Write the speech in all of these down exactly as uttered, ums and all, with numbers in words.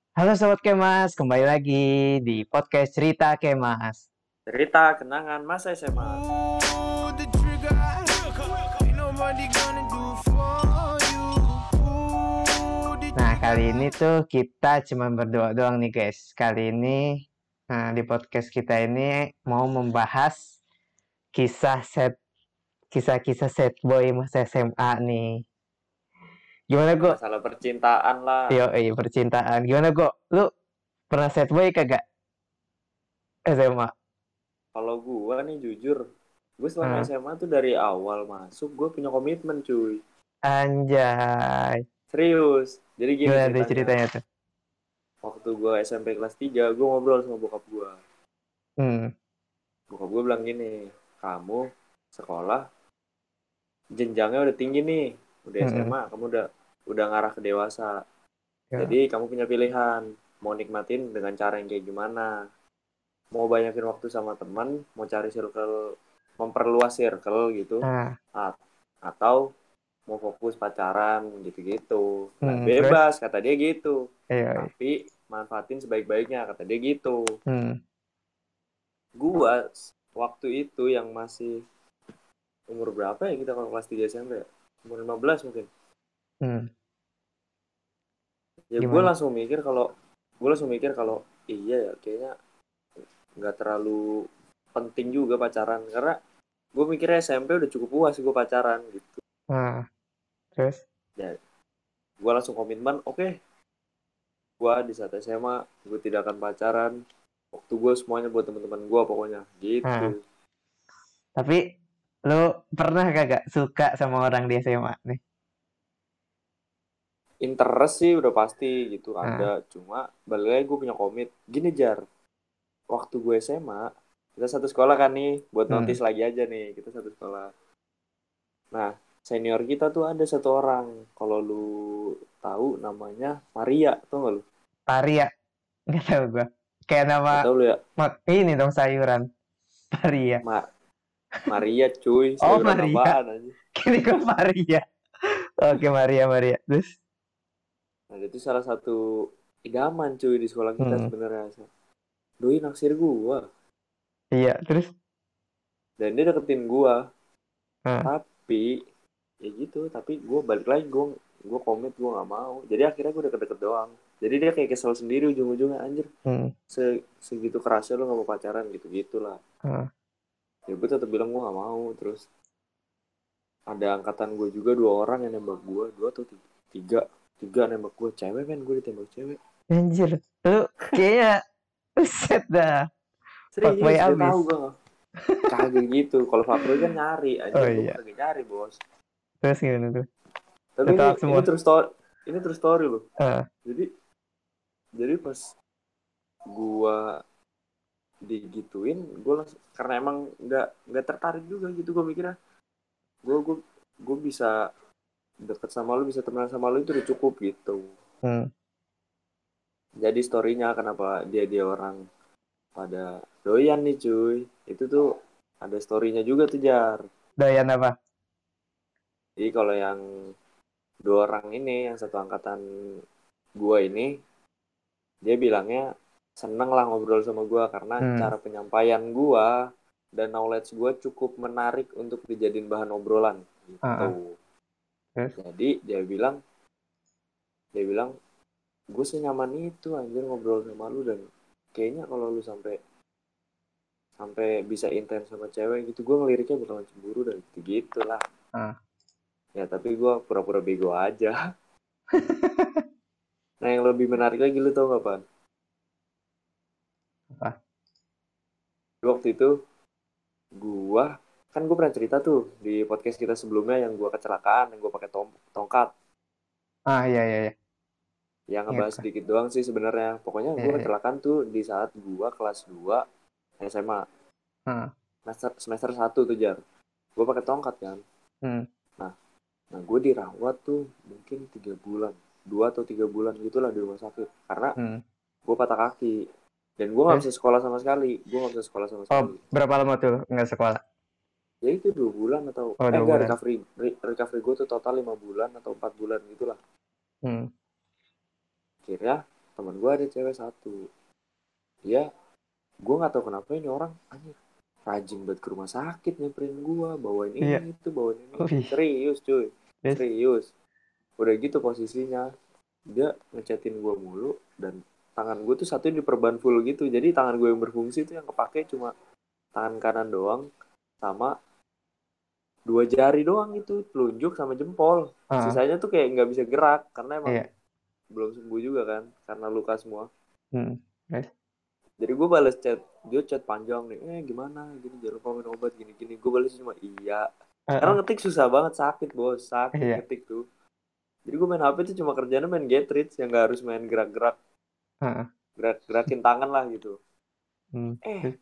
Halo Sobat Kemas, kembali lagi di podcast Cerita Kemas. Cerita kenangan masa S M A. Nah, kali ini tuh kita cuma berdua doang nih guys. Kali ini nah, di podcast kita ini mau membahas kisah set kisah-kisah set boy masa S M A nih. Gimana Ya, kok? masalah percintaan lah. Yo, iya percintaan. Gimana kok? Lu pernah set boy kagak S M A? Kalau gua nih jujur, gue selama Ah, S M A tuh dari awal masuk gue punya komitmen cuy. anjay. Serius. Jadi gini Gimana tuh ceritanya. ceritanya tuh? Waktu gua S M P kelas tiga, gue ngobrol sama bokap gua. Hmm. Bokap gua bilang gini, kamu sekolah jenjangnya udah tinggi nih. Udah Hmm. S M A, kamu udah udah ngarah ke dewasa. Ya. Jadi kamu punya pilihan, mau nikmatin dengan cara yang kayak gimana. Mau banyakin waktu sama teman, mau cari circle, memperluas circle gitu, Ah, atau mau fokus pacaran gitu-gitu. Lah hmm. Terus? bebas kata dia gitu. Ayo. Tapi manfaatin sebaik-baiknya kata dia gitu. Hmm. Gua waktu itu yang masih umur berapa ya kita kalau kelas tiga S M P ya? Umur lima belas mungkin. Hmm. Ya gue Gimana? langsung mikir kalau gue langsung mikir kalau iya ya kayaknya nggak terlalu penting juga pacaran karena gue mikirnya S M P udah cukup puas gue pacaran gitu. Nah, terus? Ya, gue langsung komitmen, oke, okay, gue di saat S M A gue tidak akan pacaran, waktu gue semuanya buat teman-teman gue pokoknya Nah, gitu. tapi lu pernah kagak suka sama orang di S M A nih? Interest sih udah pasti gitu Nah, ada, cuma balik lagi gue punya komit gini jar, waktu gue S M A kita satu sekolah kan nih, buat hmm. notis lagi aja nih, kita satu sekolah. Nah, senior kita tuh ada satu orang, kalau lu tahu namanya Maria, tau gak lu? Paria, nggak tahu gua. Kayak nama Gak tau lu ya? mak ini dong sayuran. Paria. Ma Maria cuy, Oh, sayuran Maria. apaan aja. Kini gua Paria. Oke, Maria, Maria. Terus? Nah, itu salah satu idaman cuy di sekolah kita Hmm. sebenarnya. Doi naksir gua Iya, terus? dan dia deketin gua, Nah, tapi ya gitu, tapi gua balik lagi, gua gua komit gua nggak mau. Jadi akhirnya gua deket-deket doang. Jadi dia kayak kesel sendiri ujung-ujungnya, anjir. hmm. Se segitu kerasnya lu nggak mau pacaran gitu gitulah. Nah, Ya gue tetap bilang gua nggak mau. Terus ada angkatan gue juga dua orang yang nembak gua, dua atau tiga, tiga, tiga nembak gua, cewek men, gue ditembak cewek. anjir. Lu kayaknya set dah. Fuckboy Serius, dia abis. tahu gak? Kagak gitu. Kalau fuckboy kan nyari, Oh anjir gue iya. kagak nyari bos. Terus gimana tuh? Tapi Lu ini tolak ini semua? terus story, ini terus story loh. Ah, Jadi jadi pas gua digituin, gua langsung, karena emang nggak nggak tertarik juga gitu, gua mikirnya gua gua gua bisa deket sama lu, bisa temenan sama lu itu udah cukup gitu. hmm. Jadi storynya kenapa dia dia orang pada doyan nih cuy, itu tuh ada storynya juga tuh jar. Doyan apa? Jadi kalau yang dua orang ini, yang satu angkatan gua ini, dia bilangnya seneng lah ngobrol sama gua karena Hmm. cara penyampaian gua dan knowledge gua cukup menarik untuk dijadiin bahan obrolan Ah, gitu. ah. Terus? Jadi dia bilang, dia bilang gue senyaman itu anjir ngobrol sama lu, dan kayaknya kalau lu sampai sampai bisa intens sama cewek gitu, gue ngeliriknya bakalan cemburu dan gitu gitulah. Ah. Ya tapi gue pura-pura bego aja. Nah yang lebih menarik lagi lu tau gak pan? Apa? Waktu itu gue, kan gue pernah cerita tuh di podcast kita sebelumnya yang gue kecelakaan, yang gue pakai tong- tongkat. Ah, iya, iya, iya. Yang Ingat ngebahas gua. sedikit doang sih sebenarnya. Pokoknya Iya, gue iya. kecelakaan tuh di saat gue kelas dua S M A. Ah. Semester, semester satu tuh jar. Gue pakai tongkat kan. Hmm. Nah, nah gue dirawat tuh mungkin tiga bulan. Dua atau tiga bulan gitulah di rumah sakit. Karena Hmm. gue patah kaki. Dan gue gak bisa Terus? sekolah sama sekali. Gue gak bisa sekolah sama Oh, sekali. berapa lama tuh nggak sekolah? Ya itu dua bulan atau... Oh, Eh dua enggak, bulan. recovery. Re- recovery gue tuh total lima bulan atau empat bulan gitulah. Hmm. Akhirnya teman gue ada cewek satu. Dia, gue nggak tahu kenapa ini orang anjir rajin banget ke rumah sakit nyamperin gue, bawain ini Iya. itu, bawain ini. Oh, ih. Serius cuy, Yes. serius. Udah gitu posisinya dia ngechatin gue mulu dan tangan gue tuh satu diperban full gitu. Jadi tangan gue yang berfungsi tuh yang kepake cuma tangan kanan doang sama dua jari doang itu, telunjuk sama jempol. Ah, Sisanya tuh kayak nggak bisa gerak karena emang iya. belum sembuh juga kan karena luka semua. Hmm. Yes. Jadi gue balas chat, dia chat panjang nih, eh gimana gini, jangan lupa minum obat gini-gini. Gue balas cuma iya. Ah, Karena ah. ngetik susah banget, sakit bos, sakit Iya. ngetik tuh. Jadi gue main H P tuh cuma kerjanya main Getrich yang gak harus main gerak-gerak, Ah, ah. gerak-gerakin tangan lah gitu. Hmm. Eh,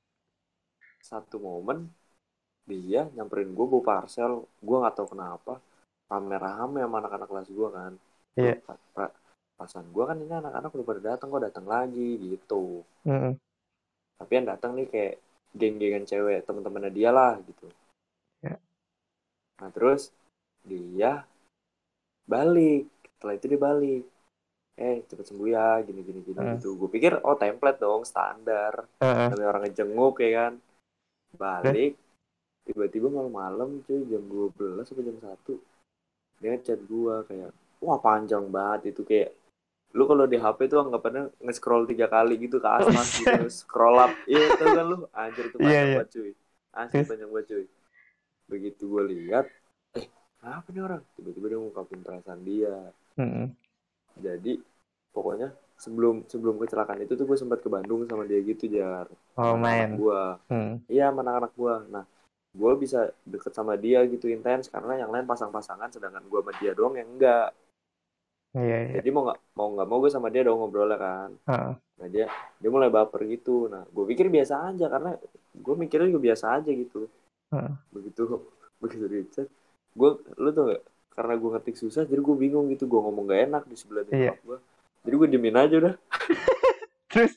satu momen dia nyamperin gue bawa parcel, gue nggak tahu kenapa, rame-rame sama anak-anak kelas gue kan. Iya. Pa- pa- Pasan gue kan ini anak-anak udah pada datang, kok datang lagi gitu. Mm-mm. Tapi yang datang nih kayak geng-gengan cewek teman-temannya dia lah gitu. Ya. Nah terus dia balik, setelah itu dia balik, eh cepet sembuh ya gini gini gini Ah. gitu. Gue pikir oh template dong, standar, Ah, ah. namanya orang ngejenguk ya kan. Balik tiba-tiba malam-malam cuy jam dua belas sampai jam satu dia ngechat gue kayak wah panjang banget itu, kayak lu kalau di H P tuh anggapannya nge-scroll tiga kali gitu ke atas gitu, scroll up, iya tau kan lu, anjir itu Iya, panjang iya. banget cuy, asli Terus? panjang banget cuy. Begitu gue lihat, eh kenapa nih orang, tiba-tiba dia ngungkapin perasaan dia. Mm-mm. Jadi pokoknya sebelum sebelum kecelakaan itu tuh gue sempat ke Bandung sama dia gitu jar, Oh, sama anak main. gue, Hmm. iya sama anak-anak gue. Nah gue bisa deket sama dia gitu intens karena yang lain pasang-pasangan, sedangkan gue sama dia doang yang enggak. Iya, iya. Jadi mau nggak mau nggak mau gue sama dia dong ngobrol kan. Ah, Nah dia dia mulai baper gitu. Nah gue pikir biasa aja karena gue mikirnya juga biasa aja gitu. ah. Begitu begitu di chat, gue lu tuh nggak, karena gue ngetik susah jadi gue bingung gitu, gue ngomong gak enak di sebelah Iya. nyokap gue. Jadi gue diemin aja udah. Terus?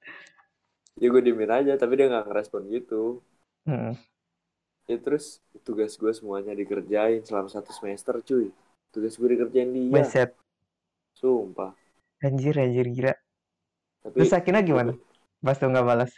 Ya gue diemin aja tapi dia nggak ngerespon gitu. Mm-mm. Ya terus tugas gue semuanya dikerjain selama satu semester cuy. Tugas gue dikerjain dia. Beset. Sumpah. Anjir, anjir, gila. Tapi Terus akhirnya gimana? gua- Pas tuh nggak balas?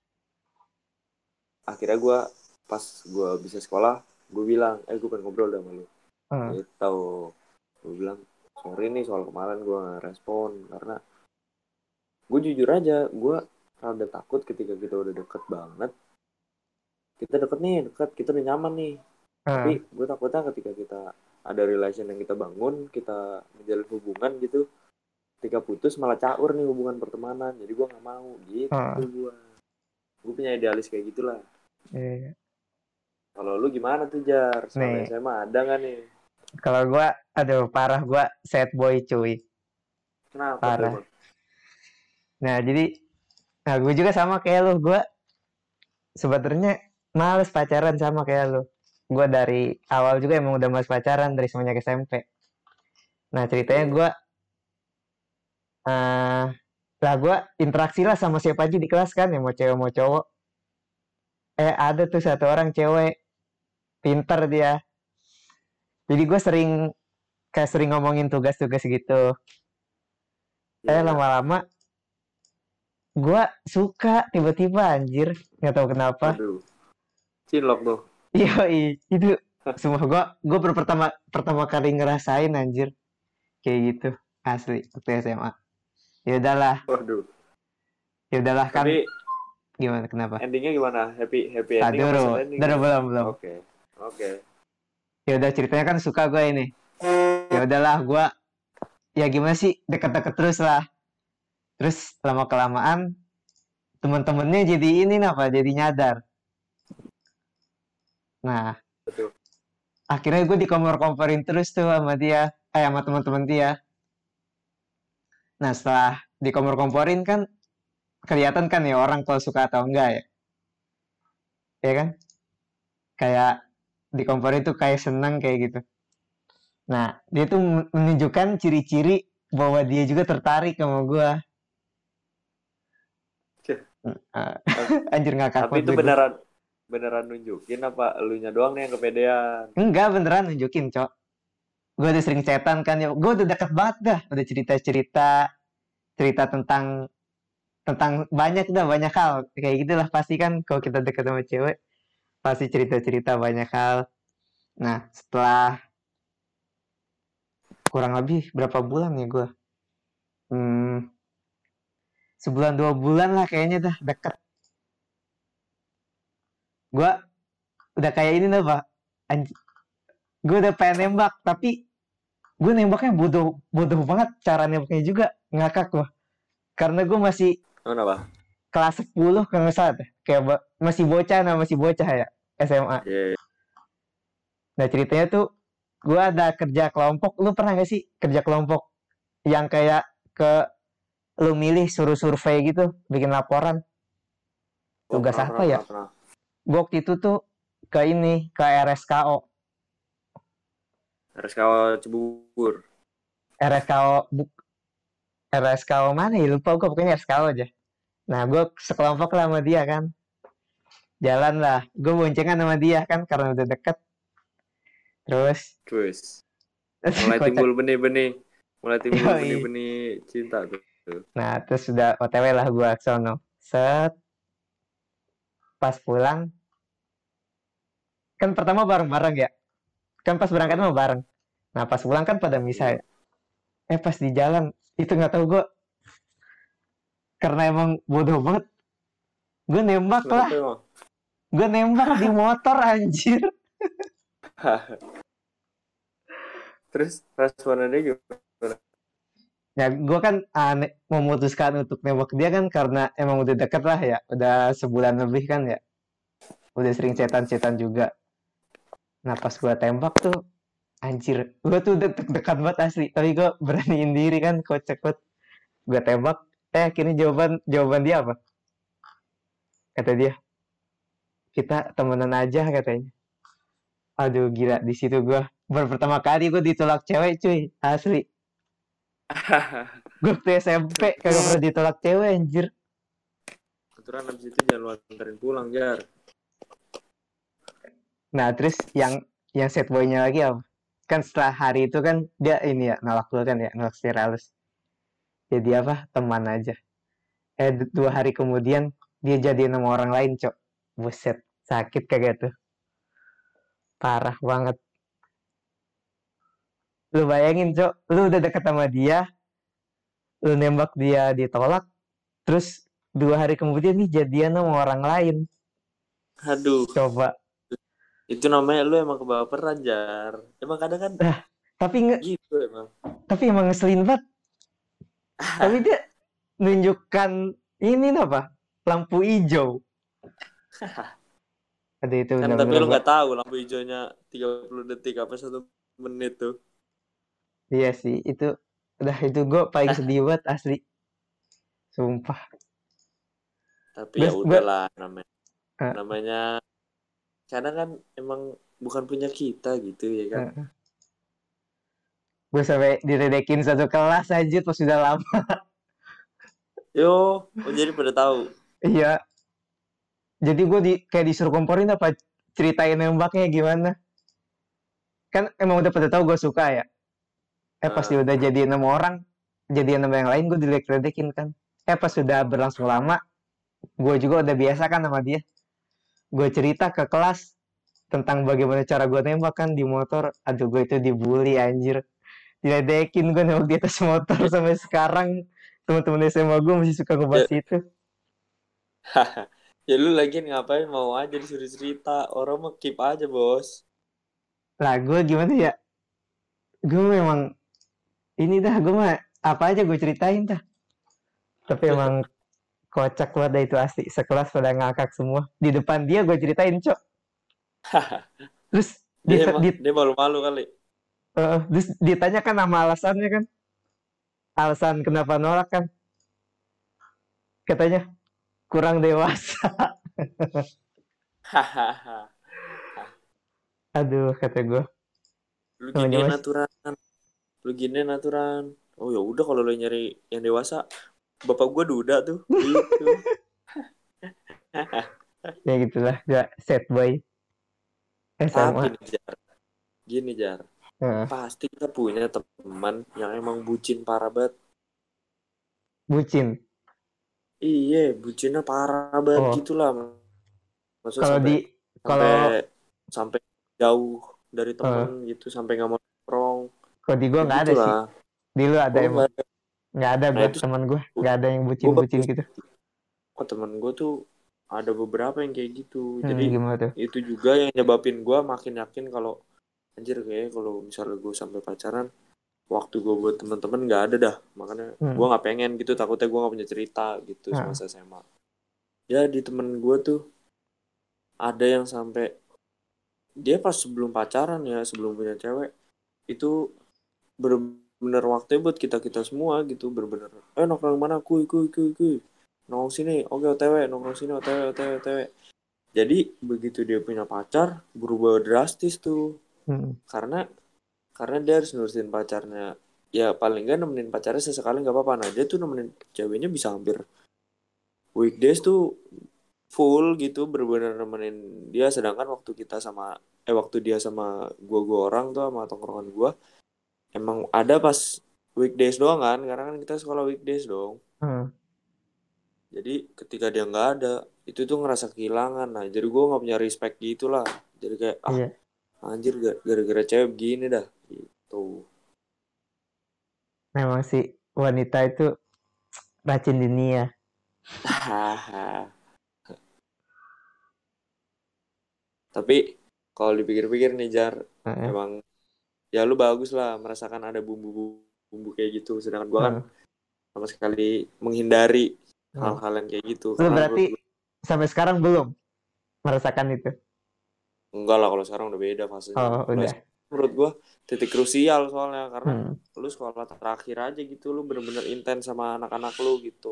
akhirnya gue pas gue bisa sekolah, gue bilang, eh gue pengen ngobrol sama lu. Ah, Gitu. Gue bilang, sorry nih soal kemarin gue gak respon. Karena gue jujur aja, gue rada takut ketika kita udah deket banget. Kita deket nih, deket, kita udah nyaman nih. ah. Tapi gue takutnya ketika kita ada relation yang kita bangun, kita menjalin hubungan gitu, ketika putus malah caur nih hubungan pertemanan. Jadi gue gak mau gitu. Ah. Gue gue punya idealis kayak gitulah. Iya. Kalau lu gimana tuh Jar? Selama Nih. S M A ada gak nih? Kalau gue, aduh parah, gue sad boy cuy. Kenapa Parah. tuh emang? Nah jadi, nah gue juga sama kayak lu. Gue sebenarnya males pacaran sama kayak lu. Gue dari awal juga emang udah males pacaran dari semenjak S M P. Nah ceritanya gue, uh, lah gue interaksi lah sama siapa aja di kelas kan, ya mau cewek mau cowok. Eh ada tuh satu orang cewek, pinter dia. Jadi gue sering kayak sering ngomongin tugas-tugas gitu. Eh Iya. lama-lama gue suka tiba-tiba anjir, nggak tahu kenapa. Aduh, cinlok tuh. Iya itu semua gue gue baru pertama pertama kali ngerasain anjir kayak gitu asli waktu S M A. Ya udahlah, Waduh. ya udahlah kan. Tapi Gimana kenapa? endingnya gimana? Happy happy ending Aduh, apa sad ending? udah belum belum. Oke, oke. Ya udah ceritanya kan suka gue ini. Ya udahlah gue, ya gimana sih deket-deket terus lah. Terus lama kelamaan teman-temannya jadi ini apa? Jadi nyadar. Nah, Betul. akhirnya gue dikompor-komporin terus tuh sama dia, eh sama teman-teman dia. Nah setelah dikompor-komporin kan kelihatan kan ya orang kalau suka atau enggak ya. Ya kan? Kayak dikomporin tuh kayak senang kayak gitu. Nah, dia tuh menunjukkan ciri-ciri bahwa dia juga tertarik sama gue. Uh, anjir ngakak. Tapi itu beneran beneran nunjukin apa elunya doang nih yang kepedean? Enggak, beneran nunjukin, Cok. Gue udah sering chatan kan ya. Gue udah deket banget dah. Udah cerita-cerita. cerita tentang tentang banyak dah banyak hal kayak gitulah pasti kan kalau kita deket sama cewek pasti cerita-cerita banyak hal. Nah setelah kurang lebih berapa bulan ya gue hmm, sebulan dua bulan lah kayaknya dah deket gue udah kayak ini dah pak Anj- gue udah pengen nembak tapi gue nembaknya bodoh bodoh banget cara nembaknya juga ngakak gue karena gue masih Kenapa? kelas sepuluh kalau nggak salah deh. Kayak ba- masih bocah nah masih bocah ya S M A. Iya. Yeah. Nah ceritanya tuh gue ada kerja kelompok. Lu pernah gak sih kerja kelompok yang kayak ke lu milih suruh survei gitu, bikin laporan. Oh, Tugas pernah, apa pernah, ya? pernah, pernah. Gue waktu itu tuh ke ini, ke R S K O. R S K O Cibubur. R S K O buk, R S K O mana ya? Lupa gue pokoknya R S K O aja. Nah gue sekelompok lah sama dia kan. Jalan lah. Gue boncengan sama dia kan karena udah deket. Terus Terus mulai kocak. timbul benih-benih, mulai timbul Yoi. benih-benih cinta tuh. Nah, terus sudah O T W lah gue ke sono. Set, pas pulang, kan pertama bareng-bareng ya. Kan pas berangkat mah bareng. Nah, pas pulang kan pada misah ya. Eh, pas di jalan, itu nggak tahu gue, karena emang bodoh banget. Gue nembak lah. Kenapa emang? Gue nembak di motor, anjir. Terus responnya dia gimana? Ya, gue kan aneh, memutuskan untuk nembak dia kan karena emang udah deket lah ya. Udah sebulan lebih kan ya. Udah sering cetan-cetan juga. Nah, pas gue tembak tuh, anjir, gue tuh udah deg-degan banget asli. Tapi gue beraniin diri kan, kocak banget. Gue tembak, eh akhirnya jawaban jawaban dia apa? Kata dia, kita temenan aja katanya. Aduh gila, di situ gue baru pertama kali gue ditolak cewek cuy, asli. Gue waktu S M P kagak pernah ditolak cewek anjir. Aturan abis itu jangan lu anterin pulang, Jar. Nah terus yang yang set boynya lagi apa? Kan setelah hari itu kan dia ini ya nolak gue kan ya, nolak secara halus. Jadi apa? Teman aja. Eh dua hari kemudian dia jadi sama orang lain cok. Buset, sakit kagak tuh? Parah banget. Lu bayangin cok, lu udah deket sama dia, lu nembak dia ditolak, terus dua hari kemudian nih jadian sama orang lain. Aduh. Coba. Itu namanya lu emang kebaperan, Jar. Emang kadang kan Nah, tapi nge- gitu emang. tapi emang ngeselin banget. Tapi dia nunjukkan ini apa? Lampu hijau. Ada itu Kan benar-benar tapi lu gua- nggak tahu lampu hijaunya tiga puluh detik apa satu menit tuh. Iya sih, itu udah itu gue paling sedih banget asli. Sumpah. Tapi ya Terus gua- udahlah namanya. Ah. Namanya kadang kan emang bukan punya kita gitu ya kan. Uh, gue sampai diledekin satu kelas aja pas sudah lama. Yo, oh jadi pada tahu. Iya. Jadi gue di kayak disuruh komporin apa ceritain nembaknya gimana. Kan emang udah pada tahu gue suka ya. Eh pas dia Ah. udah jadian sama orang, jadian sama yang lain gue diledek-ledekin kan. Eh pas sudah berlangsung lama, gue juga udah biasa kan sama dia. Gue cerita ke kelas tentang bagaimana cara gue nembak kan di motor. Aduh gue itu dibully anjir. Diledekin gue nembak di atas motor sampai sekarang. Teman-teman S M A gue masih suka ngebahas Ya. itu. Ya lu lagi ngapain mau aja disuruh cerita. Orang mah keep aja, Bos. Lah gue gimana ya? Gue memang ini dah gue mah apa aja gue ceritain dah. Tapi emang kocak banget dah itu asli. Sekelas pada ngakak semua. Di depan dia gue ceritain cok. Terus Dia, di, emang, di, dia malu-malu kali. uh, terus ditanya kan nama alasannya kan. Alasan kenapa nolak kan. Katanya kurang dewasa. Aduh kata gue. Lu Namanya giniin mas- aturan. Lu giniin aturan. Oh ya udah kalau lu nyari yang dewasa, bapak gua duda tuh. Gitu. Ya gitulah gak set boy S M A. Tapi nih, Jar. Gini, Jar. Uh, Pasti kita punya teman yang emang bucin parah banget. bucin. Iya, bucinnya parah banget Oh, gitu lah. Maksudnya kalau sampai di sampai kalau sampai jauh dari eh, temen gitu, sampai nggak mau nongkrong. kalau di gue Ya nggak ada sih. gitulah. Di lu ada Kalau emang? nggak ada. Nggak ada Nah gue, itu teman gue nggak ada yang gue bucin-bucin bagus. gitu. Oh, temen gue tuh ada beberapa yang kayak gitu. Hmm, Jadi gimana tuh? itu juga yang nyebabin gue makin yakin kalau anjir kayak kalau misalnya gue sampai pacaran, waktu gue buat temen-temen nggak ada dah. Makanya gue Hmm. nggak pengen gitu, takutnya gue nggak punya cerita gitu Nah, semasa S M A. Ya di temen gue tuh ada yang sampai dia pas sebelum pacaran ya, sebelum punya cewek itu bener-bener waktunya buat kita kita semua gitu, bener-bener eh nongkrong mana, kuy kuy kuy kuy nongkrong sini, oke otw, nongkrong sini, otw otw otw. Jadi begitu dia punya pacar berubah drastis tuh, hmm. karena karena dia harus nurusin pacarnya. Ya paling nggak nemenin pacarnya sesekali nggak apa-apa. Nah dia tuh nemenin ceweknya bisa hampir weekdays tuh full gitu, bener-bener nemenin dia. Sedangkan waktu kita sama eh waktu dia sama gua gua orang tuh sama tongkrongan gua emang ada pas weekdays doang kan, karena kan kita sekolah weekdays dong. Hmm. Jadi ketika dia nggak ada itu tuh ngerasa kehilangan. Nah jadi gua nggak punya respect gitu lah. Jadi kayak ah Iya, anjir gara-gara cewek begini dah gitu. memang sih wanita itu racun dunia. Hahaha. Tapi kalau dipikir-pikir nih Jar, Heeh. emang ya lu bagus lah merasakan ada bumbu-bumbu kayak gitu. Sedangkan gua kan Heeh. sama sekali menghindari Heeh. hal-hal yang kayak gitu. Lu Karena menurut berarti gue sampai sekarang belum merasakan itu? enggak lah, kalau sekarang udah beda fasenya. Oh, Kalau udah. S M A menurut gua titik krusial soalnya karena Hmm. lu sekolah terakhir aja gitu, lu bener-bener intens sama anak-anak lu gitu.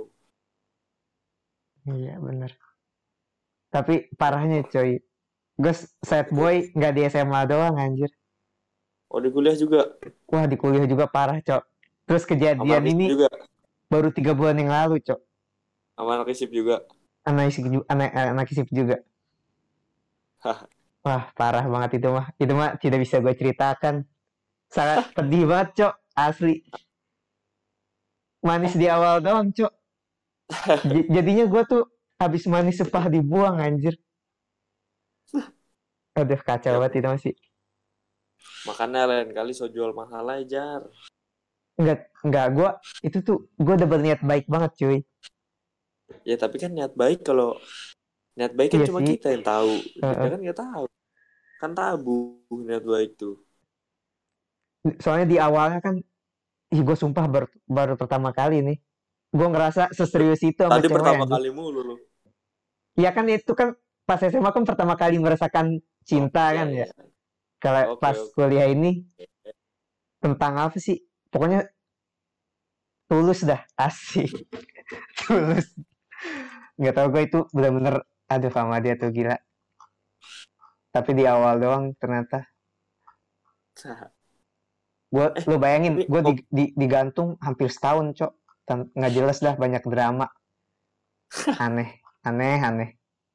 Iya, bener. Tapi parahnya coy, gue sad boy nggak di S M A doang anjir. Oh di kuliah juga Wah, di kuliah juga parah, Cok. Terus sama kejadian anak isip ini juga, baru tiga bulan yang lalu, Cok. sama anak isip juga. Anak isip, ju- anak, anak isip juga. Hah, Wah, parah banget itu mah. Itu mah tidak bisa gue ceritakan. Sangat pedih banget, Cok. Asli. Manis di awal doang, Cok. J- jadinya gue tuh habis manis sepah dibuang, anjir. Aduh, kacau ya banget itu masih. makanya lain kali so jual mahal aja Jar. Enggak, enggak. Gue, itu tuh, gue udah berniat baik banget, cuy. Ya tapi kan niat baik, kalau niat baik kan Iya cuma sih. kita yang tahu, dia Heeh. kan nggak tahu, kan tabu niat baik tuh. Soalnya di awalnya kan, ih gue sumpah baru, baru pertama kali nih. Gue ngerasa seserius itu sama Tadi cewek, pertama anjir. kali mulu lu. Iya kan itu kan pas S M A kan pertama kali merasakan Oh cinta iya kan ya. iya. Kalau Oke pas oke. kuliah ini tentang apa sih? Pokoknya tulus dah, asik. Tulus. Nggak tahu gue itu bener-bener aduh sama dia tuh gila. Tapi di awal doang ternyata. Gue Eh lu bayangin tapi gue di, kok di, digantung hampir setahun, Cok. Tan- Nggak jelas dah, banyak drama. Aneh, aneh, aneh.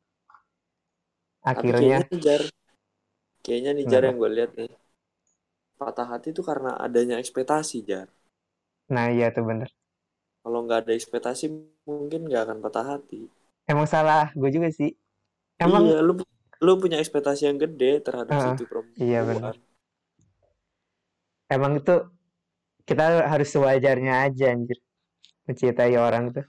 tapi kayaknya Akhirnya nih Jar, kayaknya nih Jar yang kenapa? gue lihat nih, patah hati itu karena adanya ekspektasi Jar. Nah iya tuh bener. Kalau nggak ada ekspektasi mungkin nggak akan patah hati. Emang salah gue juga sih. Iya, Emang lu lu punya ekspektasi yang gede terhadap eh, situ iya bener. perempuan. Emang itu kita harus sewajarnya aja anjir mencintai orang tuh.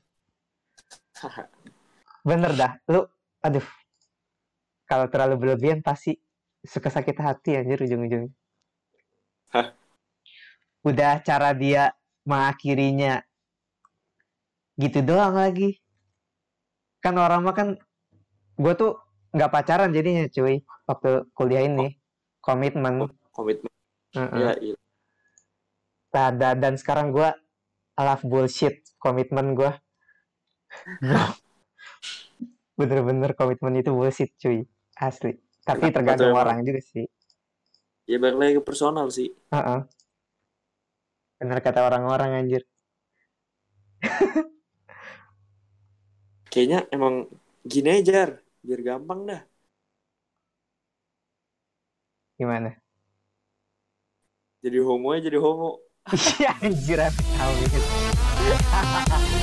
Bener dah. Lu aduh, kalau terlalu berlebihan pasti suka sakit hati anjir ujung-ujungnya. Hah, Udah cara dia mengakhirinya gitu doang lagi. Kan orang mah kan gue tuh nggak pacaran jadinya cuy waktu kuliah ini. kok Komitmen. komitmen. Heeh. Ya, iya. Nah, dan, dan sekarang gue love bullshit komitmen gue. Bener-bener komitmen itu bullshit cuy. Asli. Tapi Kenapa tuh tergantung emang? orang juga sih. Ya balik lagi ke personal sih. Heeh. Bener kata orang-orang anjir. Kayaknya emang gini aja, Jar. Biar gampang dah. Gimana? Jadi homo aja jadi homo. Iya anjir, aku tahu gitu.